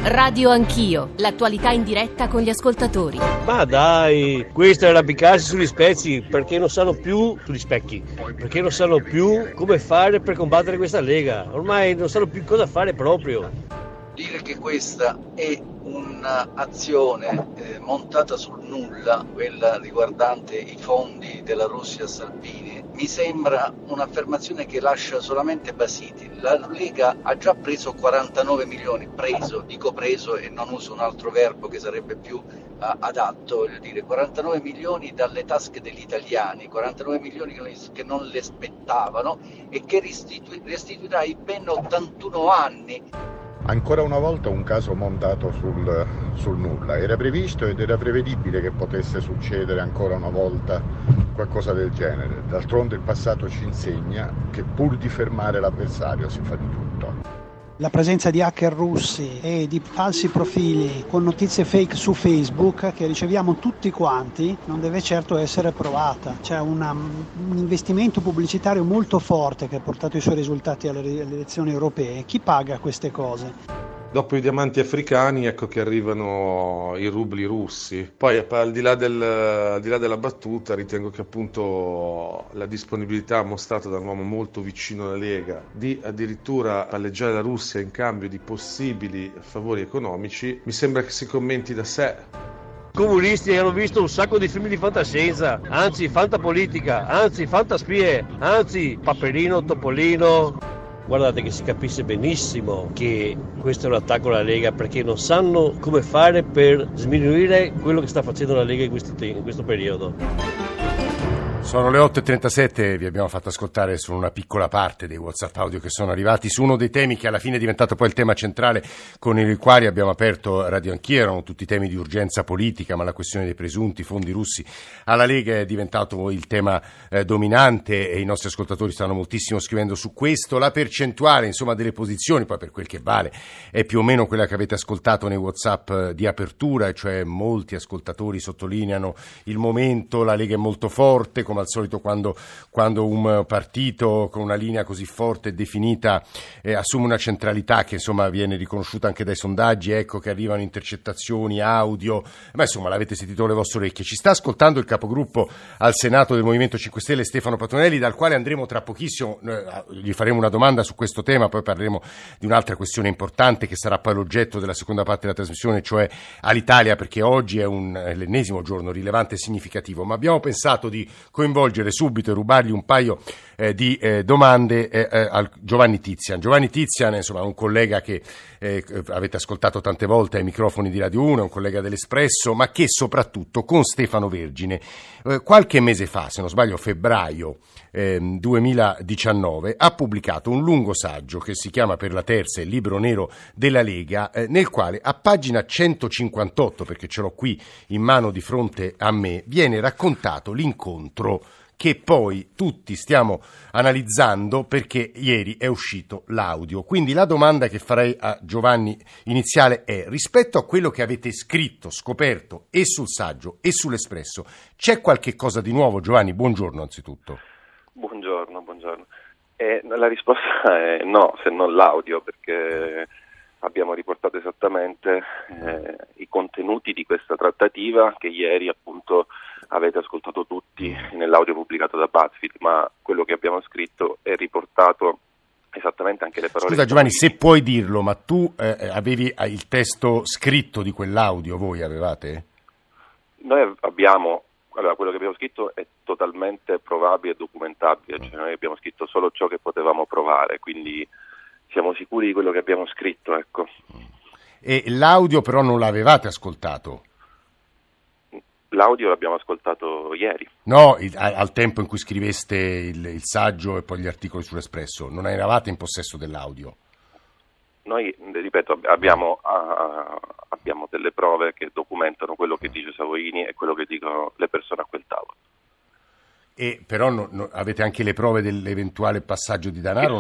Radio Anch'io, l'attualità in diretta con gli ascoltatori. Ma dai, questo è arrampicarsi sugli specchi perché non sanno più sugli specchi, perché non sanno più come fare per combattere questa Lega. Ormai non sanno più cosa fare proprio. Dire che questa è un'azione montata sul nulla, quella riguardante i fondi della Russia a Salvini, mi sembra un'affermazione che lascia solamente basiti. La Lega ha già preso 49 milioni, dico preso e non uso un altro verbo che sarebbe più adatto, voglio dire, 49 milioni dalle tasche degli italiani, 49 milioni che non le spettavano e che restituirà i ben 81 anni. Ancora una volta un caso montato sul nulla. Era previsto ed era prevedibile che potesse succedere ancora una volta qualcosa del genere. D'altronde il passato ci insegna che pur di fermare l'avversario si fa di tutto. La presenza di hacker russi e di falsi profili con notizie fake su Facebook che riceviamo tutti quanti non deve certo essere approvata. C'è un investimento pubblicitario molto forte che ha portato i suoi risultati alle elezioni europee. Chi paga queste cose? Dopo i diamanti africani, ecco che arrivano i rubli russi. Poi, al di là della battuta, ritengo che appunto la disponibilità mostrata da un uomo molto vicino alla Lega di addirittura palleggiare la Russia in cambio di possibili favori economici mi sembra che si commenti da sé. I comunisti hanno visto un sacco di film di fantascienza, anzi fantapolitica, anzi fantaspie, anzi Paperino, Topolino. Guardate che si capisce benissimo che questo è un attacco alla Lega perché non sanno come fare per sminuire quello che sta facendo la Lega in questo periodo. Sono le 8.37, vi abbiamo fatto ascoltare solo una piccola parte dei WhatsApp audio che sono arrivati su uno dei temi che alla fine è diventato poi il tema centrale con i quali abbiamo aperto Radio Anch'io. Erano tutti temi di urgenza politica, ma la questione dei presunti fondi russi alla Lega è diventato il tema dominante e i nostri ascoltatori stanno moltissimo scrivendo su questo. La percentuale insomma delle posizioni, poi per quel che vale, è più o meno quella che avete ascoltato nei WhatsApp di apertura, e cioè molti ascoltatori sottolineano il momento, la Lega è molto forte, come al solito quando un partito con una linea così forte e definita assume una centralità che insomma viene riconosciuta anche dai sondaggi, ecco che arrivano intercettazioni, audio, ma insomma l'avete sentito alle vostre orecchie. Ci sta ascoltando il capogruppo al Senato del Movimento 5 Stelle Stefano Patuanelli, dal quale andremo tra pochissimo, gli faremo una domanda su questo tema, poi parleremo di un'altra questione importante che sarà poi l'oggetto della seconda parte della trasmissione, cioè all'Italia, perché oggi è l'ennesimo giorno rilevante e significativo, ma abbiamo pensato di coinvolgere subito e rubargli un paio di domande a Giovanni Tizian. Giovanni Tizian insomma, è un collega che avete ascoltato tante volte ai microfoni di Radio 1, è un collega dell'Espresso, ma che soprattutto con Stefano Vergine qualche mese fa, se non sbaglio febbraio 2019, ha pubblicato un lungo saggio che si chiama Per la Terza, il libro nero della Lega, nel quale a pagina 158, perché ce l'ho qui in mano di fronte a me, viene raccontato l'incontro che poi tutti stiamo analizzando perché ieri è uscito l'audio. Quindi la domanda che farei a Giovanni iniziale è: rispetto a quello che avete scritto, scoperto e sul saggio e sull'Espresso, c'è qualche cosa di nuovo? Giovanni, buongiorno anzitutto. Buongiorno. La risposta è no, se non l'audio, perché abbiamo riportato esattamente i contenuti di questa trattativa che ieri appunto avete ascoltato tutti nell'audio pubblicato da BuzzFeed, ma quello che abbiamo scritto è riportato esattamente anche le parole. Scusa Giovanni, se puoi dirlo, ma tu avevi il testo scritto di quell'audio, voi avevate? Noi abbiamo, quello che abbiamo scritto è totalmente provabile e documentabile, cioè noi abbiamo scritto solo ciò che potevamo provare, quindi siamo sicuri di quello che abbiamo scritto, ecco. E l'audio però non l'avevate ascoltato? L'audio l'abbiamo ascoltato ieri. No, al tempo in cui scriveste il saggio e poi gli articoli sull'Espresso, non eravate in possesso dell'audio? Noi, ripeto, abbiamo delle prove che documentano quello che dice Savoini e quello che dicono le persone a quel tavolo. E però avete anche le prove dell'eventuale passaggio di denaro?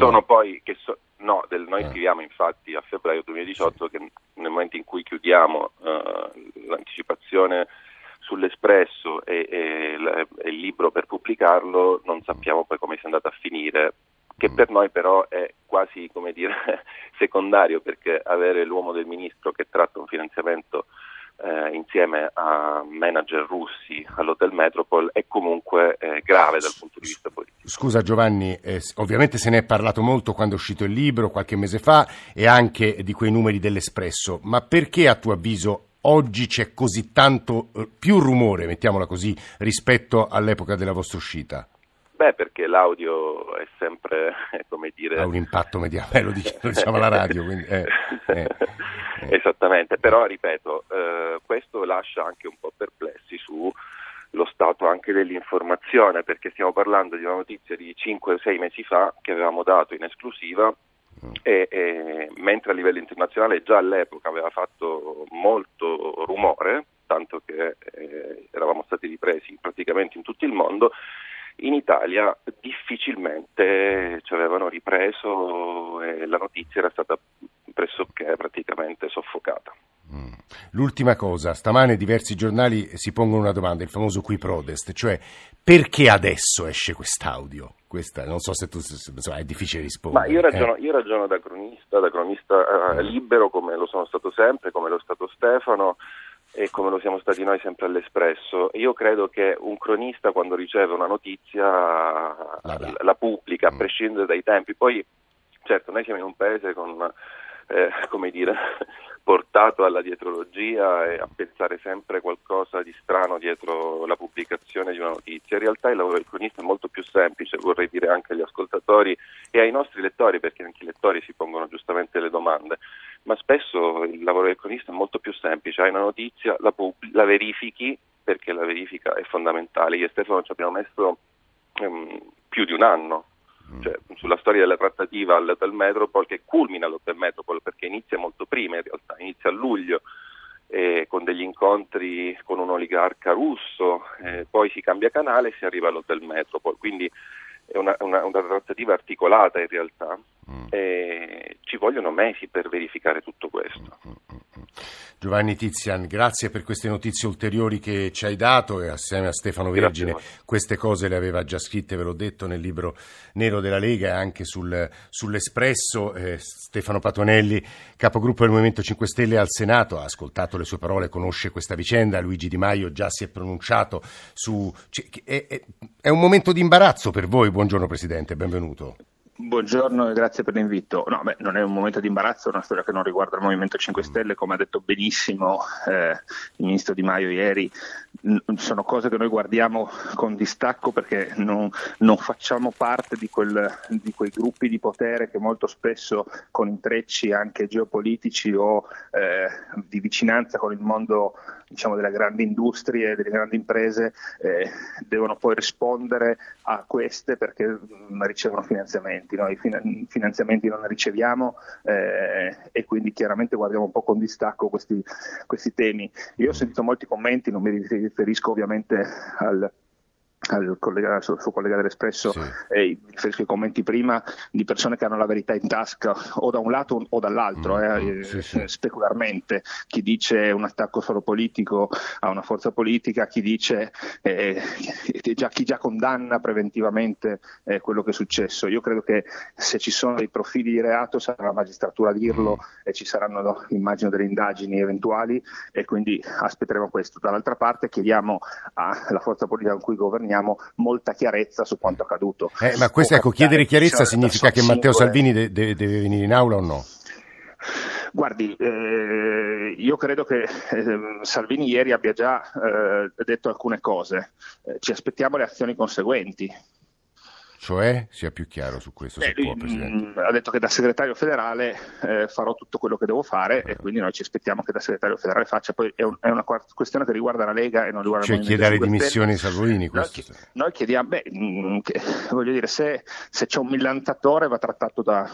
Noi scriviamo infatti a febbraio 2018 che nel momento in cui chiudiamo l'anticipazione sull'Espresso e il libro per pubblicarlo, non sappiamo poi come sia andato a finire, che per noi però è quasi, come dire, secondario, perché avere l'uomo del ministro che tratta un finanziamento insieme a manager russi all'Hotel Metropole è comunque grave dal punto di vista politico. Scusa Giovanni, ovviamente se ne è parlato molto quando è uscito il libro qualche mese fa e anche di quei numeri dell'Espresso, ma perché a tuo avviso oggi c'è così tanto più rumore, mettiamola così, rispetto all'epoca della vostra uscita? Beh, perché l'audio è sempre, come dire... Ha un impatto mediale, lo diciamo alla radio. Quindi, Esattamente, però ripeto, questo lascia anche un po' perplessi sullo stato anche dell'informazione, perché stiamo parlando di una notizia di 5 o 6 mesi fa che avevamo dato in esclusiva e mentre a livello internazionale già all'epoca aveva fatto molto rumore, tanto che eravamo stati ripresi praticamente in tutto il mondo, in Italia difficilmente ci avevano ripreso e la notizia era stata pressoché praticamente soffocata. L'ultima cosa, stamane diversi giornali si pongono una domanda, il famoso qui prodest, cioè perché adesso esce quest'audio? Questa, non so se tu, insomma, è difficile rispondere. Ma io ragiono da cronista libero, come lo sono stato sempre, come lo è stato Stefano e come lo siamo stati noi sempre all'Espresso. Io credo che un cronista, quando riceve una notizia, la pubblica, a prescindere dai tempi. Poi, certo, noi siamo in un paese con, come dire, portato alla dietrologia e a pensare sempre qualcosa di strano dietro la pubblicazione di una notizia. In realtà il lavoro del cronista è molto più semplice, vorrei dire anche agli ascoltatori e ai nostri lettori, perché anche i lettori si pongono giustamente le domande. Ma spesso il lavoro del cronista è molto più semplice, hai una notizia, la verifichi, perché la verifica è fondamentale. Io e Stefano ci abbiamo messo più di un anno, cioè, sulla storia della trattativa all'Hotel Metropole, che culmina all'Hotel Metropole, perché inizia molto prima, in realtà inizia a luglio, con degli incontri con un oligarca russo, poi si cambia canale e si arriva all'Hotel Metropole, quindi è una trattativa articolata in realtà. Ci vogliono mesi per verificare tutto questo. Giovanni Tizian, grazie per queste notizie ulteriori che ci hai dato e assieme a Stefano Vergine queste cose le aveva già scritte, ve l'ho detto, nel libro nero della Lega e anche sull'Espresso. Stefano Patuanelli, capogruppo del Movimento 5 Stelle al Senato, ha ascoltato le sue parole, conosce questa vicenda. Luigi Di Maio già si è pronunciato è un momento di imbarazzo per voi. Buongiorno Presidente, benvenuto. Buongiorno e grazie per l'invito. No, non è un momento di imbarazzo, è una storia che non riguarda il Movimento 5 Stelle, come ha detto benissimo il Ministro Di Maio ieri. Sono cose che noi guardiamo con distacco perché non facciamo parte di quei gruppi di potere che molto spesso, con intrecci anche geopolitici o di vicinanza con il mondo, diciamo, delle grandi industrie, delle grandi imprese, devono poi rispondere a queste perché ricevono finanziamenti. Noi finanziamenti non ne riceviamo e quindi chiaramente guardiamo un po' con distacco questi temi. Io ho sentito molti commenti, non mi riferisco ovviamente al suo collega dell'Espresso, sì. Mi riferisco ai commenti prima di persone che hanno la verità in tasca o da un lato o dall'altro, specularmente. Chi dice un attacco solo politico a una forza politica, chi dice chi già condanna preventivamente quello che è successo. Io credo che se ci sono dei profili di reato sarà la magistratura a dirlo e ci saranno, immagino, delle indagini eventuali e quindi aspetteremo questo. Dall'altra parte chiediamo alla forza politica con cui governiamo molta chiarezza su quanto accaduto. Ma questo, chiedere chiarezza significa che Matteo Salvini deve venire in aula o no? Guardi, io credo che Salvini ieri abbia già detto alcune cose. Ci aspettiamo le azioni conseguenti. Cioè, sia più chiaro su questo, se può, Presidente. Ha detto che da segretario federale farò tutto quello che devo fare e quindi noi ci aspettiamo che da segretario federale faccia. Poi è una questione che riguarda la Lega e non riguarda il Movimento 5 Stelle. Cioè chiedere le dimissioni Salvini, questo. Noi chiediamo, voglio dire, se c'è un millantatore va trattato da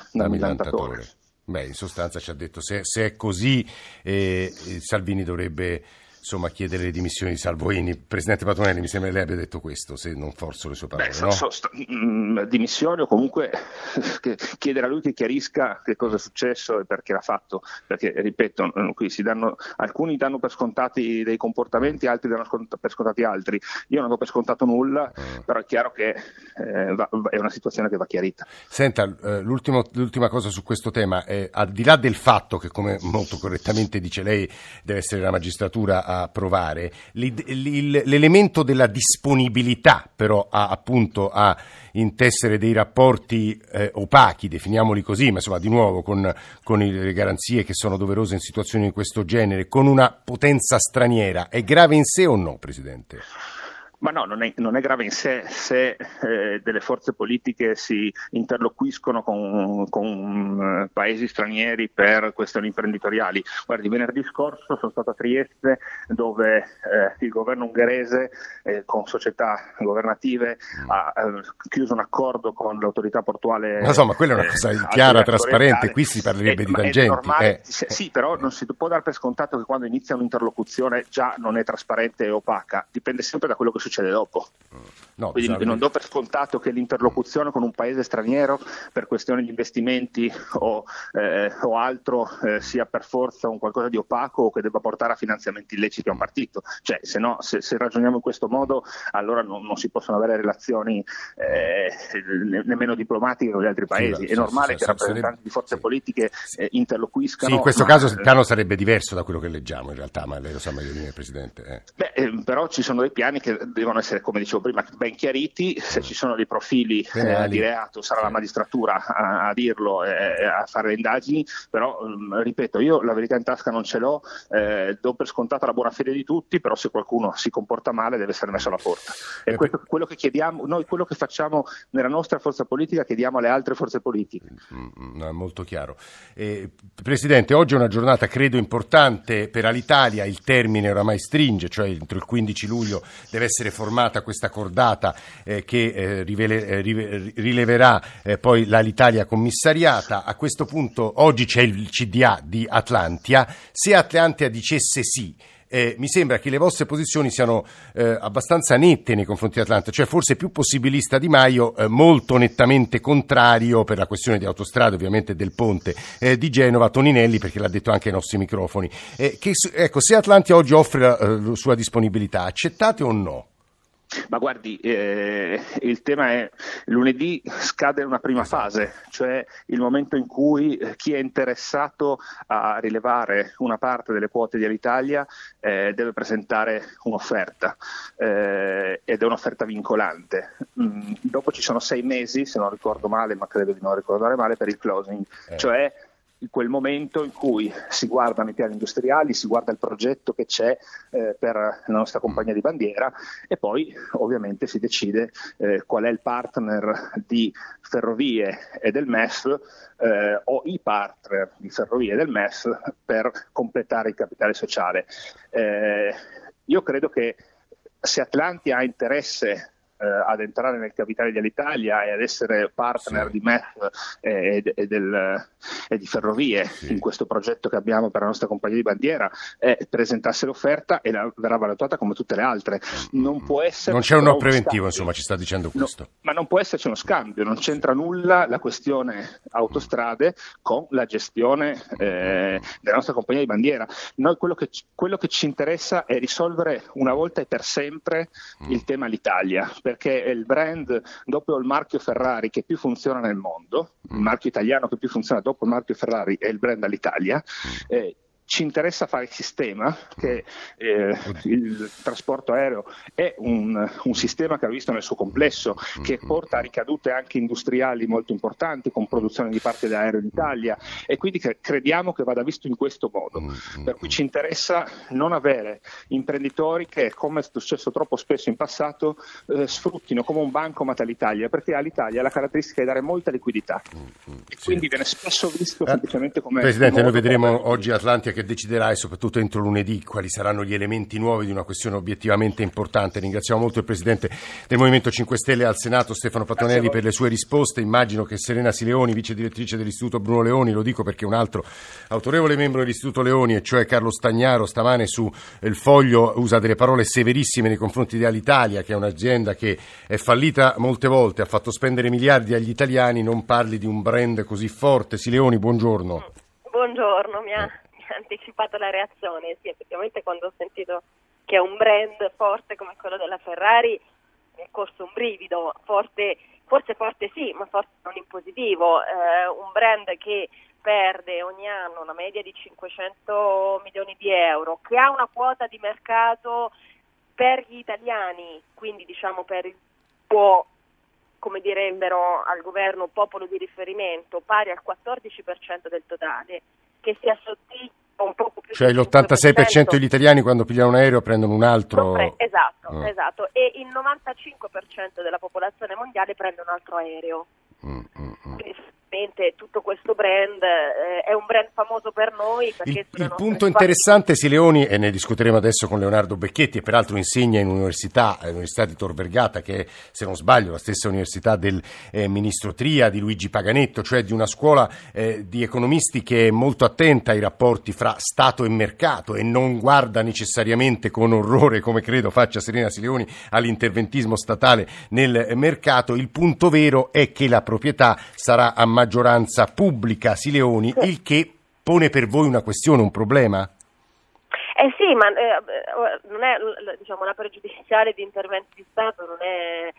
millantatore. In sostanza ci ha detto se è così Salvini dovrebbe insomma, chiedere le dimissioni di Salvini. Presidente Patuanelli, mi sembra che lei abbia detto questo, se non forzo le sue parole. Dimissioni o comunque chiedere a lui che chiarisca che cosa è successo e perché l'ha fatto, perché ripeto, qui alcuni danno per scontati dei comportamenti, altri danno per scontati altri. Io non do per scontato nulla, però è chiaro che è una situazione che va chiarita. Senta, l'ultima cosa su questo tema, al di là del fatto che, come molto correttamente dice lei, deve essere la magistratura a provare, l'elemento della disponibilità però appunto a intessere dei rapporti opachi, definiamoli così, ma insomma di nuovo con le garanzie che sono doverose in situazioni di questo genere, con una potenza straniera, è grave in sé o no, Presidente? Ma no, non è grave in sé se delle forze politiche si interloquiscono con paesi stranieri per questioni imprenditoriali. Guardi, venerdì scorso sono stato a Trieste, dove il governo ungherese con società governative ha chiuso un accordo con l'autorità portuale. Ma insomma, quella è una cosa chiara, trasparente, qui si parlerebbe di tangenti. Sì, però non si può dare per scontato che quando inizia un'interlocuzione già non è trasparente e opaca, dipende sempre da quello che succede dopo. No, quindi non do per scontato che l'interlocuzione con un paese straniero per questioni di investimenti o altro sia per forza un qualcosa di opaco o che debba portare a finanziamenti illeciti a un partito. Cioè, se ragioniamo in questo modo, allora non si possono avere relazioni nemmeno diplomatiche con gli altri paesi. È normale che rappresentanti di forze politiche interloquiscano. Sì, in questo caso il piano sarebbe diverso da quello che leggiamo in realtà, ma lei lo sa meglio di me, Presidente. Però ci sono dei piani che devono essere, come dicevo prima, ben chiariti. Se ci sono dei profili di reato sarà la magistratura a dirlo e a fare le indagini, però ripeto, io la verità in tasca non ce l'ho, do per scontata la buona fede di tutti, però se qualcuno si comporta male deve essere messo alla porta. E quello che chiediamo noi, quello che facciamo nella nostra forza politica, chiediamo alle altre forze politiche. No, è molto chiaro. Presidente, oggi è una giornata credo importante per Alitalia, il termine oramai stringe, cioè entro il 15 luglio deve essere formata questa cordata che rileverà poi l'Alitalia commissariata. A questo punto oggi c'è il CDA di Atlantia. Se Atlantia dicesse sì, mi sembra che le vostre posizioni siano abbastanza nette nei confronti di Atlantia, cioè forse più possibilista Di Maio, molto nettamente contrario per la questione di autostrade, ovviamente del ponte di Genova, Toninelli, perché l'ha detto anche ai nostri microfoni. Ecco, se Atlantia oggi offre la sua disponibilità, accettate o no? Ma guardi, il tema è lunedì scade una prima fase, cioè il momento in cui chi è interessato a rilevare una parte delle quote di Alitalia deve presentare un'offerta ed è un'offerta vincolante. Dopo ci sono 6 mesi, se non ricordo male, ma credo di non ricordare male, per il closing, cioè quel momento in cui si guardano i piani industriali, si guarda il progetto che c'è per la nostra compagnia di bandiera e poi ovviamente si decide qual è il partner di Ferrovie e del MEF o i partner di Ferrovie e del MEF per completare il capitale sociale. Io credo che se Atlantia ha interesse ad entrare nel capitale dell'Italia e ad essere partner di MEF e di Ferrovie in questo progetto che abbiamo per la nostra compagnia di bandiera, presentasse l'offerta e verrà valutata come tutte le altre. Non può essere. Non c'è un no preventivo, insomma, ci sta dicendo questo. No, ma non può esserci uno scambio, non c'entra nulla la questione autostrade con la gestione della nostra compagnia di bandiera. Noi quello che ci interessa è risolvere una volta e per sempre il tema Alitalia, perché è il brand dopo il marchio Ferrari che più funziona nel mondo, il marchio italiano che più funziona dopo il marchio Ferrari è il brand Alitalia. Ci interessa fare il sistema, che il trasporto aereo è un sistema che ha visto nel suo complesso, che porta a ricadute anche industriali molto importanti, con produzione di parti d'aereo in Italia, e quindi crediamo che vada visto in questo modo. Per cui ci interessa non avere imprenditori che, come è successo troppo spesso in passato, sfruttino come un bancomat all'Italia, perché all'Italia ha la caratteristica di dare molta liquidità e quindi viene spesso visto semplicemente come... Presidente, noi vedremo oggi Atlantia che che deciderà, e soprattutto entro lunedì, quali saranno gli elementi nuovi di una questione obiettivamente importante. Ringraziamo molto il Presidente del Movimento 5 Stelle al Senato, Stefano Patuanelli, per le sue risposte. Immagino che Serena Sileoni, vice direttrice dell'Istituto Bruno Leoni, lo dico perché un altro autorevole membro dell'Istituto Leoni, e cioè Carlo Stagnaro, stamane su Il Foglio usa delle parole severissime nei confronti di Alitalia, che è un'azienda che è fallita molte volte, ha fatto spendere miliardi agli italiani. Non parli di un brand così forte. Sileoni, buongiorno. Buongiorno, mi ha anticipato la reazione. Sì, effettivamente quando ho sentito che è un brand forte come quello della Ferrari mi è corso un brivido. Forse forte sì, ma forse non in positivo. Un brand che perde ogni anno una media di 500 milioni di euro, che ha una quota di mercato per gli italiani, quindi diciamo per il suo, come direbbero al governo, popolo di riferimento, pari al 14% del totale, che si assottiglia un poco più. Cioè l'86% degli italiani quando pigliano un aaereo prendono un altro. Esatto. E il 95% della popolazione mondiale prende un altro aereo. Quindi tutto questo brand è un brand famoso per noi. Perché il punto interessante, Sileoni, e ne discuteremo adesso con Leonardo Becchetti, e peraltro insegna in l'Università di Tor Vergata, che è, se non sbaglio, la stessa università del ministro Tria, di Luigi Paganetto, cioè di una scuola di economisti che è molto attenta ai rapporti fra Stato e mercato e non guarda necessariamente con orrore, come credo faccia Serena Sileoni, all'interventismo statale nel mercato. Il punto vero è che la proprietà sarà a maggioranza pubblica, Sileoni, il che pone per voi una questione, un problema? Sì, ma non è, diciamo, la pregiudiziale di interventi di Stato non è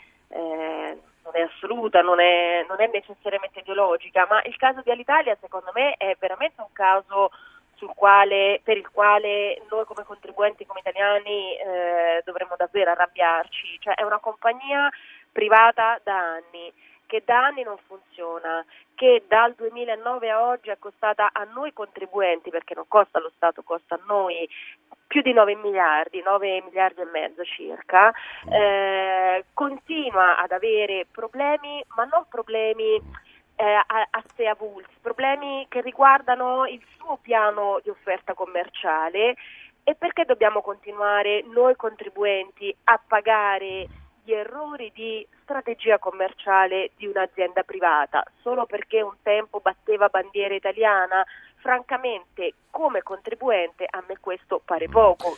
assoluta, non è necessariamente ideologica, ma il caso di Alitalia secondo me è veramente un caso per il quale noi come contribuenti, come italiani, dovremmo davvero arrabbiarci. Cioè è una compagnia privata da anni, che da anni non funziona, che dal 2009 a oggi è costata a noi contribuenti, perché non costa allo Stato, costa a noi più di 9 miliardi e mezzo circa, continua ad avere problemi, ma non problemi a sé avulsi, problemi che riguardano il suo piano di offerta commerciale. E perché dobbiamo continuare noi contribuenti a pagare gli errori di strategia commerciale di un'azienda privata solo perché un tempo batteva bandiera italiana? Francamente, come contribuente a me questo pare poco.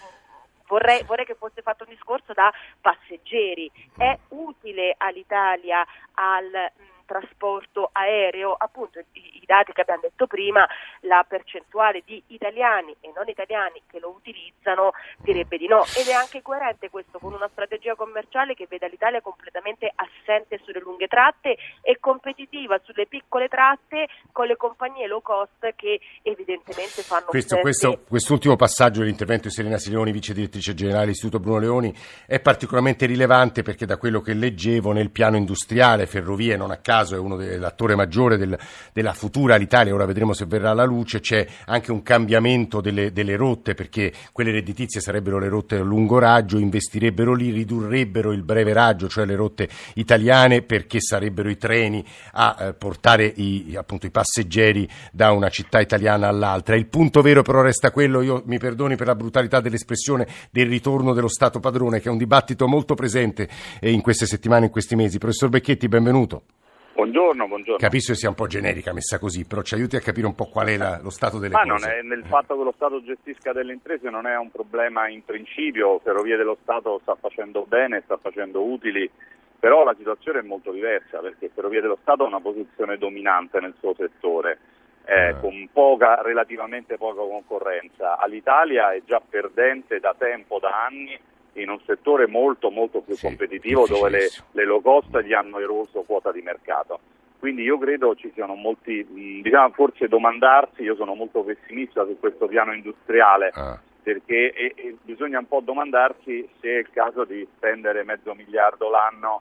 Vorrei che fosse fatto un discorso da passeggeri. È utile all'Italia, al trasporto aereo? Appunto, i dati che abbiamo detto prima, la percentuale di italiani e non italiani che lo utilizzano direbbe di no, ed è anche coerente questo con una strategia commerciale che vede l'Italia completamente assente sulle lunghe tratte e competitiva sulle piccole tratte con le compagnie low cost che evidentemente fanno Quest'ultimo passaggio dell'intervento di Serena Sileoni, vice direttrice generale dell'Istituto Bruno Leoni, è particolarmente rilevante perché da quello che leggevo nel piano industriale Ferrovie, non a caso è uno dell'attore maggiore della futura Alitalia, ora vedremo se verrà alla luce, c'è anche un cambiamento delle rotte, perché quelle redditizie sarebbero le rotte a lungo raggio, investirebbero lì, ridurrebbero il breve raggio, cioè le rotte italiane, perché sarebbero i treni a portare i passeggeri da una città italiana all'altra. Il punto vero però resta quello, io mi perdoni per la brutalità dell'espressione, del ritorno dello Stato padrone, che è un dibattito molto presente in queste settimane, in questi mesi. Professor Becchetti, benvenuto. Buongiorno. Capisco che sia un po' generica messa così, però ci aiuti a capire un po' qual è lo stato delle cose. Ma non è, nel fatto che lo Stato gestisca delle imprese non è un problema in principio. Ferrovie dello Stato sta facendo bene, sta facendo utili, però la situazione è molto diversa, perché Ferrovie dello Stato ha una posizione dominante nel suo settore, con relativamente poca concorrenza. Alitalia è già perdente da tempo, da anni, in un settore molto molto più competitivo, dove le low cost gli hanno eroso quota di mercato. Quindi io credo ci siano molti, forse domandarsi, io sono molto pessimista su questo piano industriale, perché bisogna un po' domandarsi se è il caso di spendere $500 million l'anno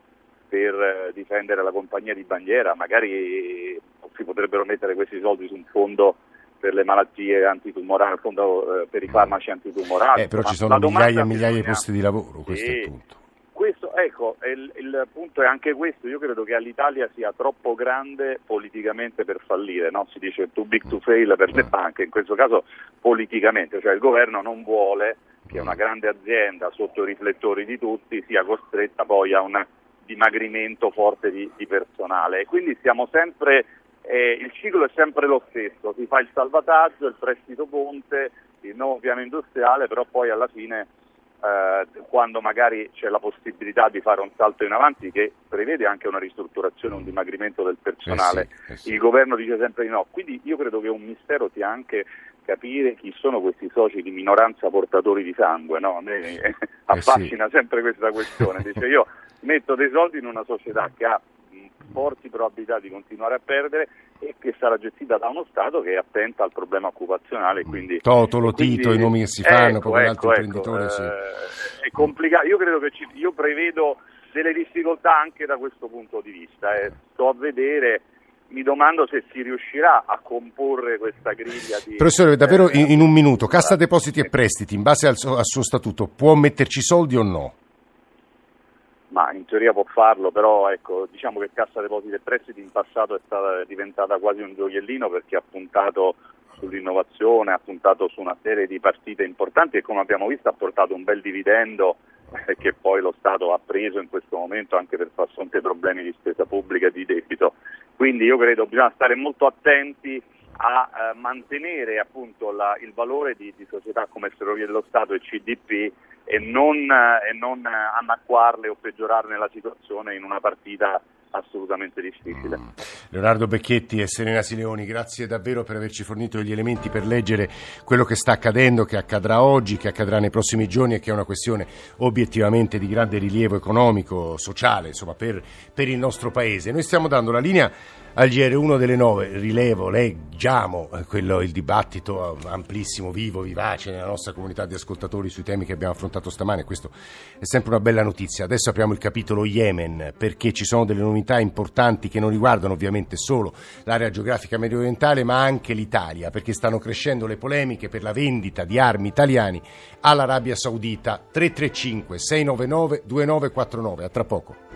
per difendere la compagnia di bandiera. Magari si potrebbero mettere questi soldi su un fondo per le malattie antitumorali, per i farmaci antitumorali. Però ci sono migliaia e migliaia di posti di lavoro, questo è il punto. questo, ecco, il punto è anche questo. Io credo che l'Italia sia troppo grande politicamente per fallire, no? Si dice too big to fail per le banche, in questo caso politicamente, cioè il governo non vuole che una grande azienda sotto i riflettori di tutti sia costretta poi a un dimagrimento forte di personale, e quindi siamo sempre, il ciclo è sempre lo stesso, si fa il salvataggio, il prestito ponte, il nuovo piano industriale, però poi alla fine quando magari c'è la possibilità di fare un salto in avanti che prevede anche una ristrutturazione, un dimagrimento del personale, il governo dice sempre di no. Quindi io credo che un mistero sia anche capire chi sono questi soci di minoranza portatori di sangue, no? Affascina sempre questa questione. Dice, io metto dei soldi in una società che ha forti probabilità di continuare a perdere e che sarà gestita da uno Stato che è attento al problema occupazionale. Quindi, Totolo, Tito, i nomi che si fanno, poi un altro imprenditore. È complicato. Io prevedo delle difficoltà anche da questo punto di vista. Sto a vedere. Mi domando se si riuscirà a comporre questa griglia di... Professore, davvero in un minuto, Cassa Depositi e Prestiti, in base al suo statuto, può metterci soldi o no? Ma in teoria può farlo, però ecco, diciamo che Cassa Depositi e Prestiti in passato è diventata quasi un gioiellino, perché ha puntato sull'innovazione, ha puntato su una serie di partite importanti e, come abbiamo visto, ha portato un bel dividendo che poi lo Stato ha preso in questo momento anche per far fronte ai problemi di spesa pubblica e di debito. Quindi io credo bisogna stare molto attenti a mantenere appunto il valore di società come Ferrovie dello Stato e CDP e non annacquarle o peggiorarne la situazione in una partita assolutamente difficile. Leonardo Becchetti e Serena Sileoni, grazie davvero per averci fornito gli elementi per leggere quello che sta accadendo, che accadrà oggi, che accadrà nei prossimi giorni e che è una questione obiettivamente di grande rilievo economico, sociale, insomma, per il nostro Paese. Noi stiamo dando la linea al GR1 delle 9, leggiamo il dibattito amplissimo, vivo, vivace nella nostra comunità di ascoltatori sui temi che abbiamo affrontato stamane. Questo è sempre una bella notizia. Adesso apriamo il capitolo Yemen, perché ci sono delle novità importanti che non riguardano ovviamente solo l'area geografica mediorientale, ma anche l'Italia, perché stanno crescendo le polemiche per la vendita di armi italiani all'Arabia Saudita. 335 699 2949. A tra poco.